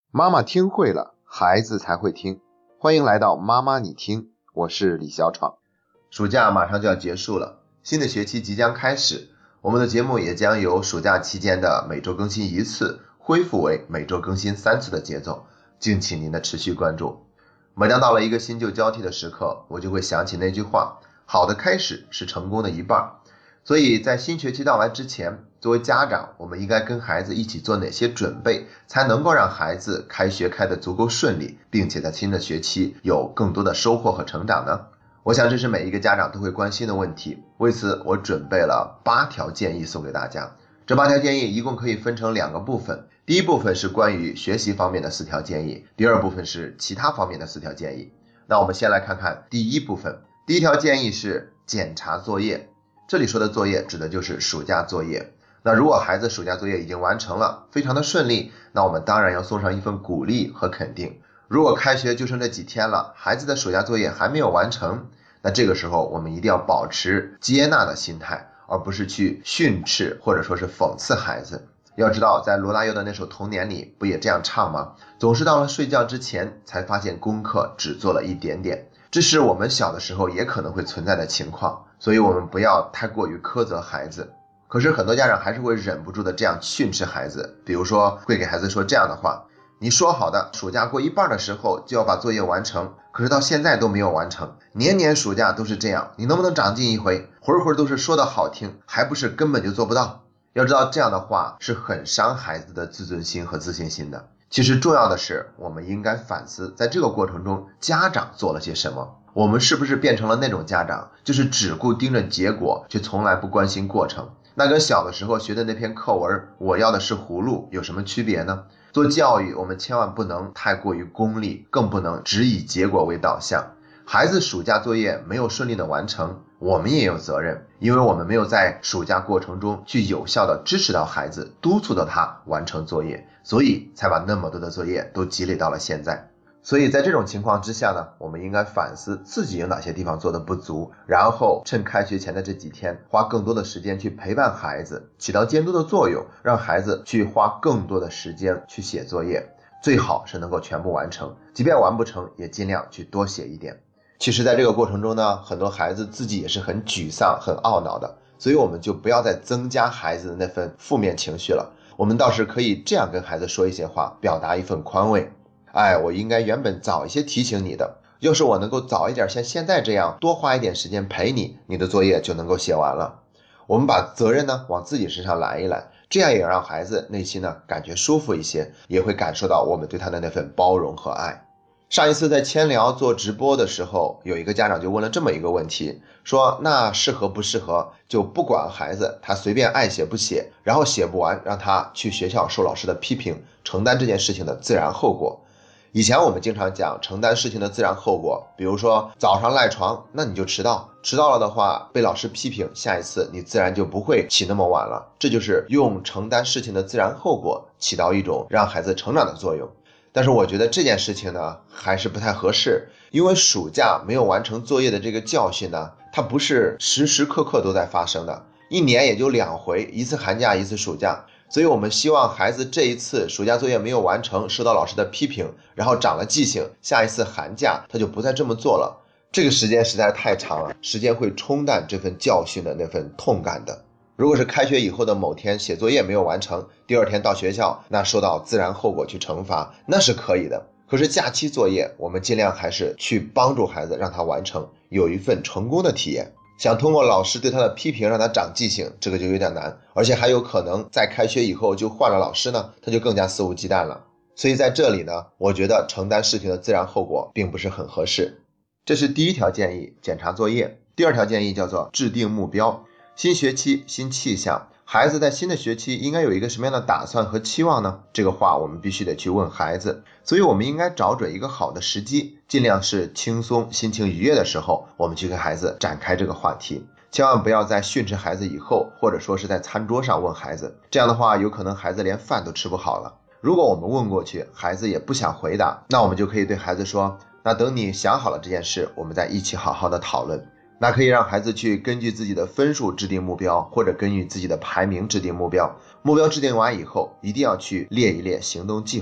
妈妈听会了，孩子才会听。欢迎来到妈妈你听，我是李小闯。暑假马上就要结束了，新的学期即将开始，我们的节目也将由暑假期间的每周更新1次，恢复为每周更新3次的节奏，敬请您的持续关注。每当到了一个新旧交替的时刻，我就会想起那句话，好的开始是成功的一半。所以在新学期到来之前，作为家长，我们应该跟孩子一起做哪些准备，才能够让孩子开学开得足够顺利，并且在新的学期有更多的收获和成长呢？我想这是每一个家长都会关心的问题，为此我准备了8条建议送给大家。这8条建议一共可以分成2个部分，第一部分是关于学习方面的4条建议，第二部分是其他方面的4条建议。那我们先来看看第一部分。第一条建议是检查作业，这里说的作业指的就是暑假作业。那如果孩子暑假作业已经完成了，非常的顺利，那我们当然要送上一份鼓励和肯定。如果开学就剩这几天了，孩子的暑假作业还没有完成，那这个时候我们一定要保持接纳的心态，而不是去训斥或者说是讽刺孩子。要知道在罗大佑的那首《童年》里不也这样唱吗？总是到了睡觉之前才发现功课只做了一点点，这是我们小的时候也可能会存在的情况，所以我们不要太过于苛责孩子。可是很多家长还是会忍不住的这样训斥孩子，比如说会给孩子说这样的话，你说好的暑假过一半的时候就要把作业完成，可是到现在都没有完成，年年暑假都是这样，你能不能长进一回，会儿都是说的好听，还不是根本就做不到。要知道这样的话是很伤孩子的自尊心和自信心的。其实重要的是我们应该反思，在这个过程中家长做了些什么，我们是不是变成了那种家长，就是只顾盯着结果却从来不关心过程。那跟小的时候学的那篇课文我要的是葫芦有什么区别呢？做教育我们千万不能太过于功利，更不能只以结果为导向。孩子暑假作业没有顺利的完成，我们也有责任，因为我们没有在暑假过程中去有效的支持到孩子，督促到他完成作业，所以才把那么多的作业都积累到了现在。所以在这种情况之下呢，我们应该反思自己有哪些地方做的不足，然后趁开学前的这几天花更多的时间去陪伴孩子，起到监督的作用，让孩子去花更多的时间去写作业，最好是能够全部完成，即便完不成也尽量去多写一点。其实在这个过程中呢，很多孩子自己也是很沮丧很懊恼的，所以我们就不要再增加孩子的那份负面情绪了，我们倒是可以这样跟孩子说一些话，表达一份宽慰。我应该原本早一些提醒你的，要是我能够早一点像现在这样多花一点时间陪你，你的作业就能够写完了。我们把责任呢往自己身上揽一揽，这样也让孩子内心呢感觉舒服一些，也会感受到我们对他的那份包容和爱。上一次在千聊做直播的时候，有一个家长就问了这么一个问题，说那适合不适合就不管孩子，他随便爱写不写，然后写不完让他去学校受老师的批评，承担这件事情的自然后果。以前我们经常讲承担事情的自然后果，比如说早上赖床，那你就迟到了的话被老师批评，下一次你自然就不会起那么晚了，这就是用承担事情的自然后果起到一种让孩子成长的作用。但是我觉得这件事情呢还是不太合适，因为暑假没有完成作业的这个教训呢，它不是时时刻刻都在发生的，一年也就2回，一次寒假一次暑假。所以我们希望孩子这一次暑假作业没有完成，受到老师的批评，然后长了记性，下一次寒假他就不再这么做了。这个时间实在太长了，时间会冲淡这份教训的那份痛感的。如果是开学以后的某天写作业没有完成，第二天到学校，那受到自然后果去惩罚，那是可以的。可是假期作业，我们尽量还是去帮助孩子，让他完成，有一份成功的体验。想通过老师对他的批评让他长记性，这个就有点难，而且还有可能在开学以后就换了老师呢，他就更加肆无忌惮了。所以在这里呢，我觉得承担事情的自然后果并不是很合适。这是第一条建议，检查作业。第二条建议叫做制定目标。新学期新气象，孩子在新的学期应该有一个什么样的打算和期望呢？这个话我们必须得去问孩子，所以我们应该找准一个好的时机，尽量是轻松心情愉悦的时候，我们去跟孩子展开这个话题。千万不要在训斥孩子以后，或者说是在餐桌上问孩子，这样的话有可能孩子连饭都吃不好了。如果我们问过去，孩子也不想回答，那我们就可以对孩子说，那等你想好了这件事，我们再一起好好的讨论。那可以让孩子去根据自己的分数制定目标，或者根据自己的排名制定目标。目标制定完以后，一定要去列一列行动计划，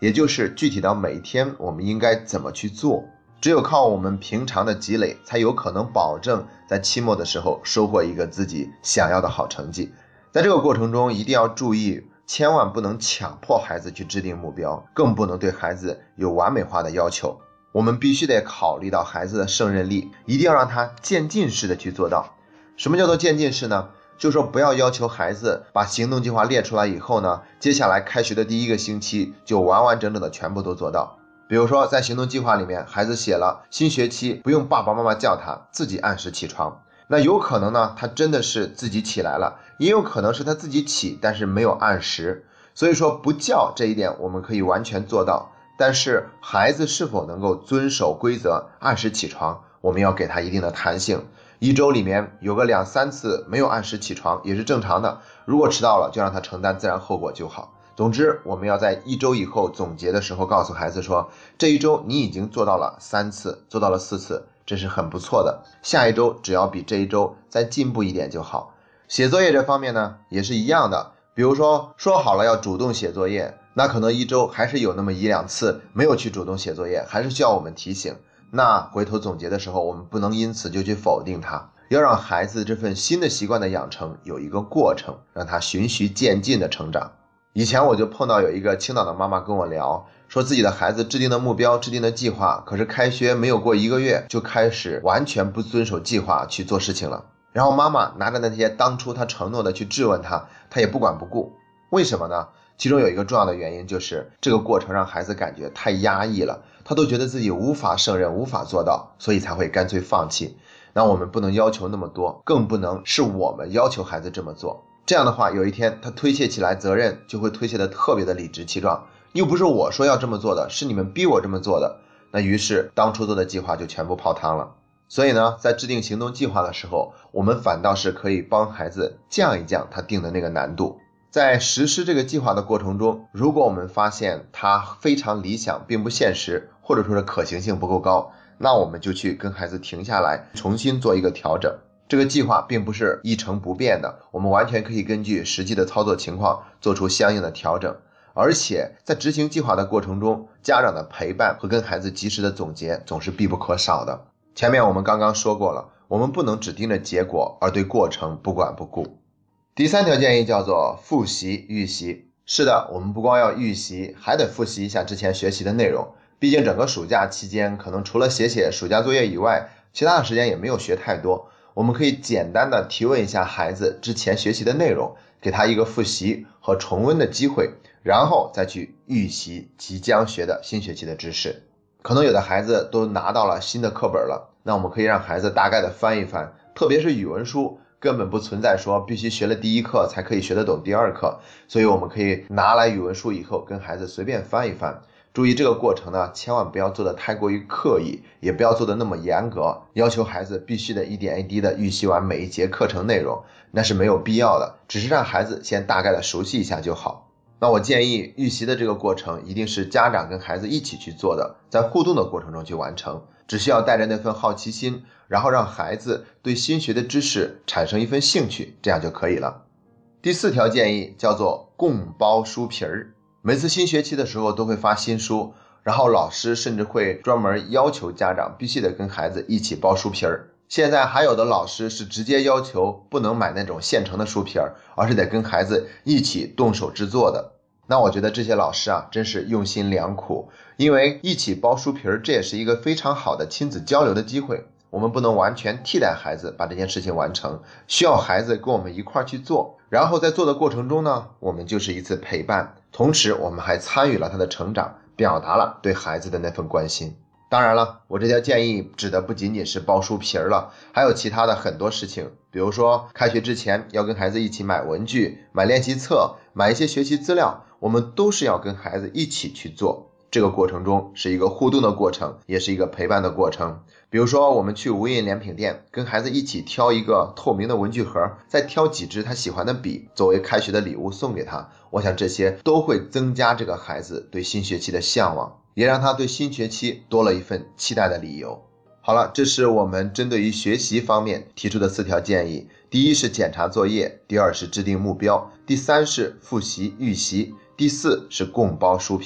也就是具体到每一天我们应该怎么去做。只有靠我们平常的积累，才有可能保证在期末的时候收获一个自己想要的好成绩。在这个过程中一定要注意，千万不能强迫孩子去制定目标，更不能对孩子有完美化的要求。我们必须得考虑到孩子的胜任力，一定要让他渐进式的去做到。什么叫做渐进式呢？就是说不要要求孩子把行动计划列出来以后呢，接下来开学的第一个星期就完完整整的全部都做到。比如说在行动计划里面，孩子写了新学期不用爸爸妈妈叫他，自己按时起床。那有可能呢，他真的是自己起来了，也有可能是他自己起，但是没有按时。所以说不叫这一点我们可以完全做到，但是孩子是否能够遵守规则按时起床，我们要给他一定的弹性。一周里面有个2-3次没有按时起床也是正常的，如果迟到了就让他承担自然后果就好。总之我们要在1周以后总结的时候告诉孩子说，这一周你已经做到了3次，做到了4次，这是很不错的，下一周只要比这一周再进步一点就好。写作业这方面呢也是一样的，比如说好了要主动写作业，那可能1周还是有那么1-2次没有去主动写作业，还是需要我们提醒。那回头总结的时候，我们不能因此就去否定它，要让孩子这份新的习惯的养成有一个过程，让他循序渐进的成长。以前我就碰到有一个青岛的妈妈跟我聊，说自己的孩子制定的目标制定的计划，可是开学没有过1个月就开始完全不遵守计划去做事情了，然后妈妈拿着那些当初他承诺的去质问他，他也不管不顾。为什么呢？其中有一个重要的原因就是这个过程让孩子感觉太压抑了，他都觉得自己无法胜任无法做到，所以才会干脆放弃。那我们不能要求那么多，更不能是我们要求孩子这么做，这样的话有一天他推卸起来责任就会推卸的特别的理直气壮，又不是我说要这么做的，是你们逼我这么做的，那于是当初做的计划就全部泡汤了。所以呢，在制定行动计划的时候，我们反倒是可以帮孩子降一降他定的那个难度。在实施这个计划的过程中，如果我们发现它非常理想并不现实，或者说是可行性不够高，那我们就去跟孩子停下来重新做一个调整。这个计划并不是一成不变的，我们完全可以根据实际的操作情况做出相应的调整。而且在执行计划的过程中，家长的陪伴和跟孩子及时的总结总是必不可少的。前面我们刚刚说过了，我们不能只盯着结果而对过程不管不顾。第3条建议叫做复习预习。是的，我们不光要预习，还得复习一下之前学习的内容。毕竟整个暑假期间，可能除了写暑假作业以外，其他的时间也没有学太多。我们可以简单的提问一下孩子之前学习的内容，给他一个复习和重温的机会，然后再去预习即将学的新学期的知识。可能有的孩子都拿到了新的课本了，那我们可以让孩子大概的翻一翻，特别是语文书根本不存在说必须学了第1课才可以学得懂第2课，所以我们可以拿来语文书以后跟孩子随便翻一翻。注意这个过程呢，千万不要做得太过于刻意，也不要做得那么严格，要求孩子必须得一点一滴的预习完每一节课程内容，那是没有必要的，只是让孩子先大概的熟悉一下就好。那我建议预习的这个过程一定是家长跟孩子一起去做的，在互动的过程中去完成，只需要带着那份好奇心，然后让孩子对新学的知识产生一份兴趣，这样就可以了。第4条建议叫做共包书皮儿。每次新学期的时候都会发新书，然后老师甚至会专门要求家长必须得跟孩子一起包书皮儿。现在还有的老师是直接要求不能买那种现成的书皮儿，而是得跟孩子一起动手制作的。那我觉得这些老师啊，真是用心良苦，因为一起包书皮儿，这也是一个非常好的亲子交流的机会。我们不能完全替代孩子把这件事情完成，需要孩子跟我们一块去做，然后在做的过程中呢，我们就是一次陪伴，同时我们还参与了他的成长，表达了对孩子的那份关心。当然了，我这条建议指的不仅仅是包书皮儿了，还有其他的很多事情，比如说开学之前要跟孩子一起买文具、买练习册、买一些学习资料，我们都是要跟孩子一起去做。这个过程中是一个互动的过程，也是一个陪伴的过程。比如说我们去无印良品店，跟孩子一起挑一个透明的文具盒，再挑几支他喜欢的笔，作为开学的礼物送给他。我想这些都会增加这个孩子对新学期的向往，也让他对新学期多了一份期待的理由。好了，这是我们针对于学习方面提出的4条建议。第1是检查作业，第2是制定目标，第3是复习预习，第4是共包书皮儿。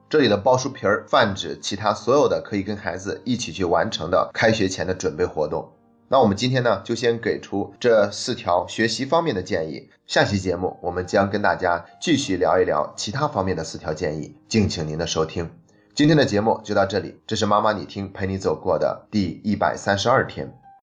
这里的包书皮儿泛指其他所有的可以跟孩子一起去完成的开学前的准备活动。那我们今天呢，就先给出这4条学习方面的建议，下期节目我们将跟大家继续聊一聊其他方面的4条建议，敬请您的收听。今天的节目就到这里，这是妈妈你听陪你走过的第132天。